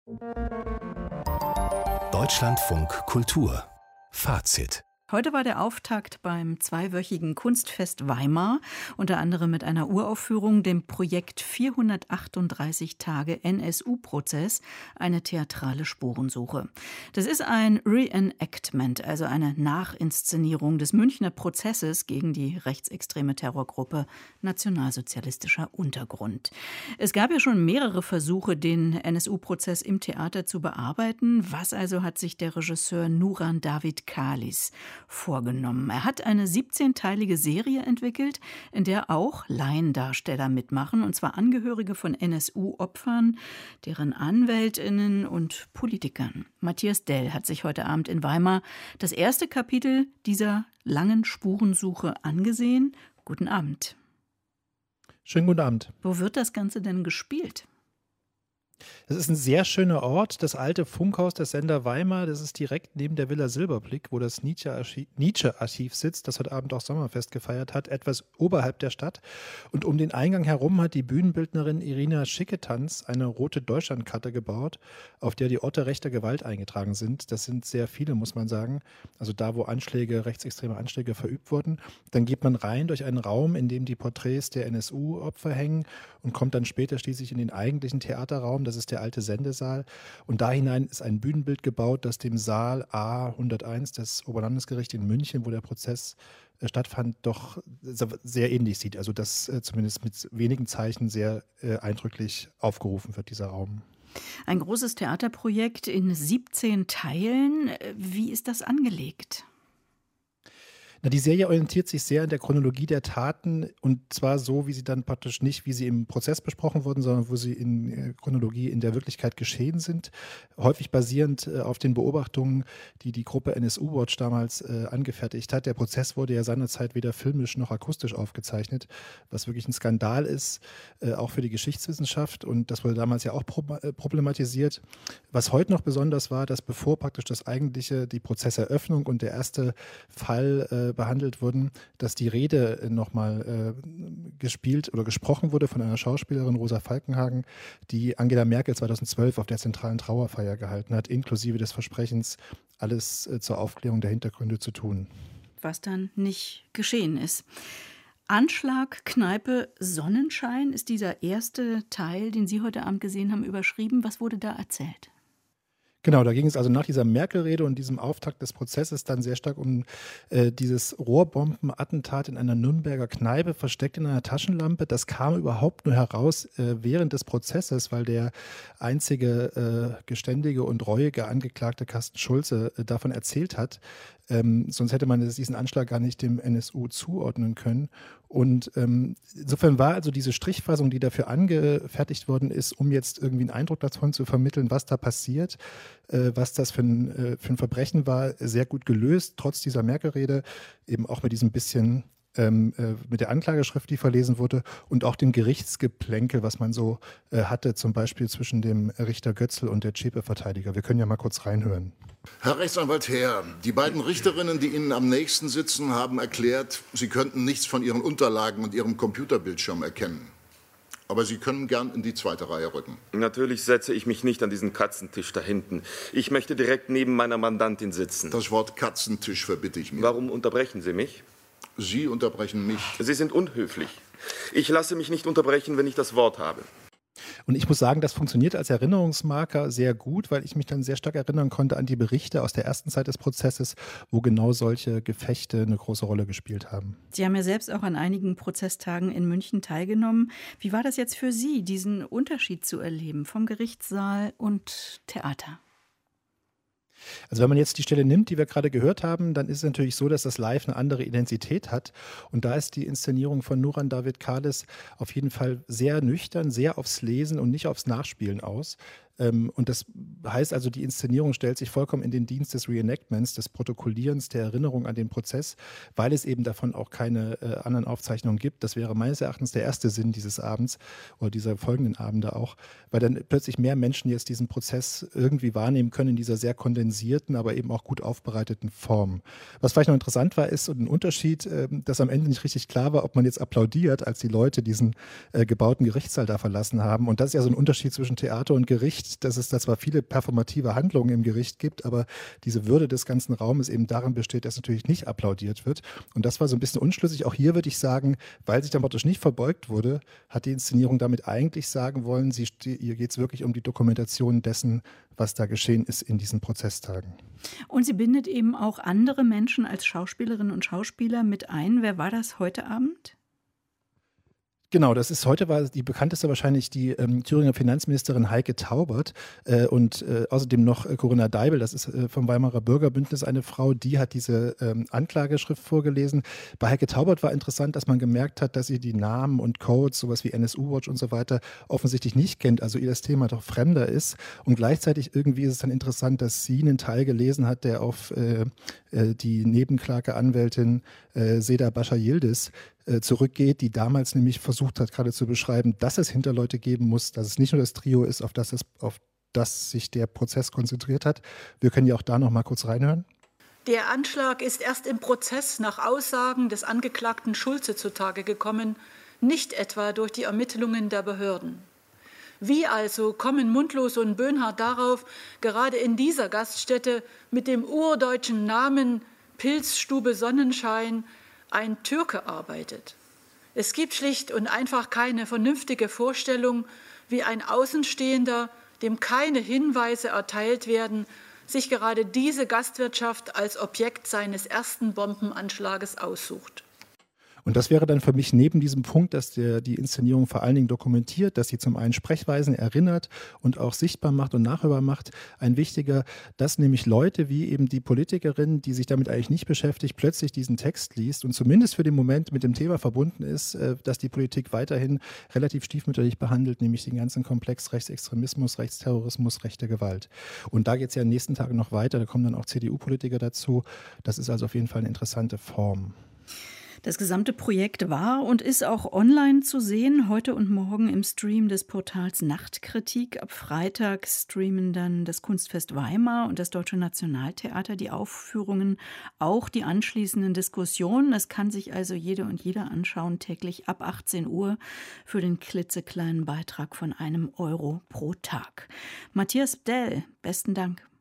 Deutschlandfunk Kultur Fazit. Heute war der Auftakt beim zweiwöchigen Kunstfest Weimar, unter anderem mit einer Uraufführung, dem Projekt 438 Tage NSU-Prozess, eine theatrale Spurensuche. Das ist ein Reenactment, also eine Nachinszenierung des Münchner Prozesses gegen die rechtsextreme Terrorgruppe Nationalsozialistischer Untergrund. Es gab ja schon mehrere Versuche, den NSU-Prozess im Theater zu bearbeiten. Was also hat sich der Regisseur Nuran David Khalis vorgenommen? Er hat eine 17-teilige Serie entwickelt, in der auch Laiendarsteller mitmachen, und zwar Angehörige von NSU-Opfern, deren AnwältInnen und Politikern. Matthias Dell hat sich heute Abend in Weimar das erste Kapitel dieser langen Spurensuche angesehen. Guten Abend. Schönen guten Abend. Wo wird das Ganze denn gespielt? Das ist ein sehr schöner Ort, das alte Funkhaus des Sender Weimar. Das ist direkt neben der Villa Silberblick, wo das Nietzsche-Archiv sitzt, das heute Abend auch Sommerfest gefeiert hat, etwas oberhalb der Stadt. Und um den Eingang herum hat die Bühnenbildnerin Irina Schicketanz eine rote Deutschlandkarte gebaut, auf der die Orte rechter Gewalt eingetragen sind. Das sind sehr viele, muss man sagen. Also da, wo rechtsextreme Anschläge verübt wurden. Dann geht man rein durch einen Raum, in dem die Porträts der NSU-Opfer hängen, und kommt dann später schließlich in den eigentlichen Theaterraum. Das ist der alte Sendesaal. Und da hinein ist ein Bühnenbild gebaut, das dem Saal A101 des Oberlandesgerichts in München, wo der Prozess stattfand, doch sehr ähnlich sieht. Also das zumindest mit wenigen Zeichen sehr eindrücklich aufgerufen wird, dieser Raum. Ein großes Theaterprojekt in 17 Teilen. Wie ist das angelegt? Die Serie orientiert sich sehr an der Chronologie der Taten, und zwar so, wie sie dann praktisch nicht, wie sie im Prozess besprochen wurden, sondern wo sie in Chronologie in der Wirklichkeit geschehen sind. Häufig basierend auf den Beobachtungen, die die Gruppe NSU-Watch damals angefertigt hat. Der Prozess wurde ja seinerzeit weder filmisch noch akustisch aufgezeichnet, was wirklich ein Skandal ist, auch für die Geschichtswissenschaft. Und das wurde damals ja auch problematisiert. Was heute noch besonders war, dass bevor praktisch die Prozesseröffnung und der erste Fall behandelt wurden, dass die Rede nochmal gespielt oder gesprochen wurde von einer Schauspielerin, Rosa Falkenhagen, die Angela Merkel 2012 auf der zentralen Trauerfeier gehalten hat, inklusive des Versprechens, alles zur Aufklärung der Hintergründe zu tun. Was dann nicht geschehen ist. Anschlag, Kneipe, Sonnenschein ist dieser erste Teil, den Sie heute Abend gesehen haben, überschrieben. Was wurde da erzählt? Genau, da ging es also nach dieser Merkel-Rede und diesem Auftakt des Prozesses dann sehr stark um dieses Rohrbombenattentat in einer Nürnberger Kneipe, versteckt in einer Taschenlampe. Das kam überhaupt nur heraus während des Prozesses, weil der einzige geständige und reuige Angeklagte Carsten Schulze davon erzählt hat. Sonst hätte man diesen Anschlag gar nicht dem NSU zuordnen können. Und insofern war also diese Strichfassung, die dafür angefertigt worden ist, um jetzt irgendwie einen Eindruck davon zu vermitteln, was da passiert, was das für ein Verbrechen war, sehr gut gelöst, trotz dieser Merkel-Rede, eben auch mit diesem bisschen mit der Anklageschrift, die verlesen wurde, und auch dem Gerichtsgeplänkel, was man so hatte, zum Beispiel zwischen dem Richter Götzl und der Zschäpe-Verteidiger. Wir können ja mal kurz reinhören. Herr Rechtsanwalt Herr, die beiden Richterinnen, die Ihnen am nächsten sitzen, haben erklärt, sie könnten nichts von Ihren Unterlagen und Ihrem Computerbildschirm erkennen. Aber Sie können gern in die zweite Reihe rücken. Natürlich setze ich mich nicht an diesen Katzentisch da hinten. Ich möchte direkt neben meiner Mandantin sitzen. Das Wort Katzentisch verbitte ich mir. Warum unterbrechen Sie mich? Sie unterbrechen mich. Sie sind unhöflich. Ich lasse mich nicht unterbrechen, wenn ich das Wort habe. Und ich muss sagen, das funktioniert als Erinnerungsmarker sehr gut, weil ich mich dann sehr stark erinnern konnte an die Berichte aus der ersten Zeit des Prozesses, wo genau solche Gefechte eine große Rolle gespielt haben. Sie haben ja selbst auch an einigen Prozesstagen in München teilgenommen. Wie war das jetzt für Sie, diesen Unterschied zu erleben vom Gerichtssaal und Theater? Also wenn man jetzt die Stelle nimmt, die wir gerade gehört haben, dann ist es natürlich so, dass das Live eine andere Identität hat. Und da ist die Inszenierung von Nuran David Khalis auf jeden Fall sehr nüchtern, sehr aufs Lesen und nicht aufs Nachspielen aus. Und das heißt also, die Inszenierung stellt sich vollkommen in den Dienst des Reenactments, des Protokollierens, der Erinnerung an den Prozess, weil es eben davon auch keine anderen Aufzeichnungen gibt. Das wäre meines Erachtens der erste Sinn dieses Abends oder dieser folgenden Abende auch, weil dann plötzlich mehr Menschen jetzt diesen Prozess irgendwie wahrnehmen können in dieser sehr kondensierten, aber eben auch gut aufbereiteten Form. Was vielleicht noch interessant war, ist ein Unterschied, dass am Ende nicht richtig klar war, ob man jetzt applaudiert, als die Leute diesen gebauten Gerichtssaal da verlassen haben. Und das ist ja so ein Unterschied zwischen Theater und Gericht. Gericht, dass es da zwar viele performative Handlungen im Gericht gibt, aber diese Würde des ganzen Raumes eben darin besteht, dass natürlich nicht applaudiert wird. Und das war so ein bisschen unschlüssig. Auch hier würde ich sagen, weil sich dramatisch nicht verbeugt wurde, hat die Inszenierung damit eigentlich sagen wollen, ihr geht es wirklich um die Dokumentation dessen, was da geschehen ist in diesen Prozesstagen. Und sie bindet eben auch andere Menschen als Schauspielerinnen und Schauspieler mit ein. Wer war das heute Abend? Genau, heute war die bekannteste wahrscheinlich die Thüringer Finanzministerin Heike Taubert und außerdem noch Corinna Deibel, das ist vom Weimarer Bürgerbündnis eine Frau, die hat diese Anklageschrift vorgelesen. Bei Heike Taubert war interessant, dass man gemerkt hat, dass sie die Namen und Codes, sowas wie NSU-Watch und so weiter, offensichtlich nicht kennt, also ihr das Thema doch fremder ist. Und gleichzeitig irgendwie ist es dann interessant, dass sie einen Teil gelesen hat, der auf die Nebenklageanwältin Seda Bascha Yildiz zurückgeht, die damals nämlich versucht hat, gerade zu beschreiben, dass es Hinterleute geben muss, dass es nicht nur das Trio ist, auf das sich der Prozess konzentriert hat. Wir können ja auch da noch mal kurz reinhören. Der Anschlag ist erst im Prozess nach Aussagen des Angeklagten Schulze zutage gekommen, nicht etwa durch die Ermittlungen der Behörden. Wie also kommen Mundlos und Böhnhardt darauf, gerade in dieser Gaststätte mit dem urdeutschen Namen Pilzstube Sonnenschein ein Türke arbeitet? Es gibt schlicht und einfach keine vernünftige Vorstellung, wie ein Außenstehender, dem keine Hinweise erteilt werden, sich gerade diese Gastwirtschaft als Objekt seines ersten Bombenanschlages aussucht. Und das wäre dann für mich neben diesem Punkt, dass die Inszenierung vor allen Dingen dokumentiert, dass sie zum einen Sprechweisen erinnert und auch sichtbar macht und nachhörbar macht, ein wichtiger, dass nämlich Leute wie eben die Politikerin, die sich damit eigentlich nicht beschäftigt, plötzlich diesen Text liest und zumindest für den Moment mit dem Thema verbunden ist, dass die Politik weiterhin relativ stiefmütterlich behandelt, nämlich den ganzen Komplex Rechtsextremismus, Rechtsterrorismus, rechte Gewalt. Und da geht es ja in den nächsten Tagen noch weiter, da kommen dann auch CDU-Politiker dazu. Das ist also auf jeden Fall eine interessante Form. Das gesamte Projekt war und ist auch online zu sehen, heute und morgen im Stream des Portals Nachtkritik. Ab Freitag streamen dann das Kunstfest Weimar und das Deutsche Nationaltheater die Aufführungen, auch die anschließenden Diskussionen. Das kann sich also jede und jeder anschauen, täglich ab 18 Uhr für den klitzekleinen Beitrag von €1 pro Tag. Matthias Bdell, besten Dank.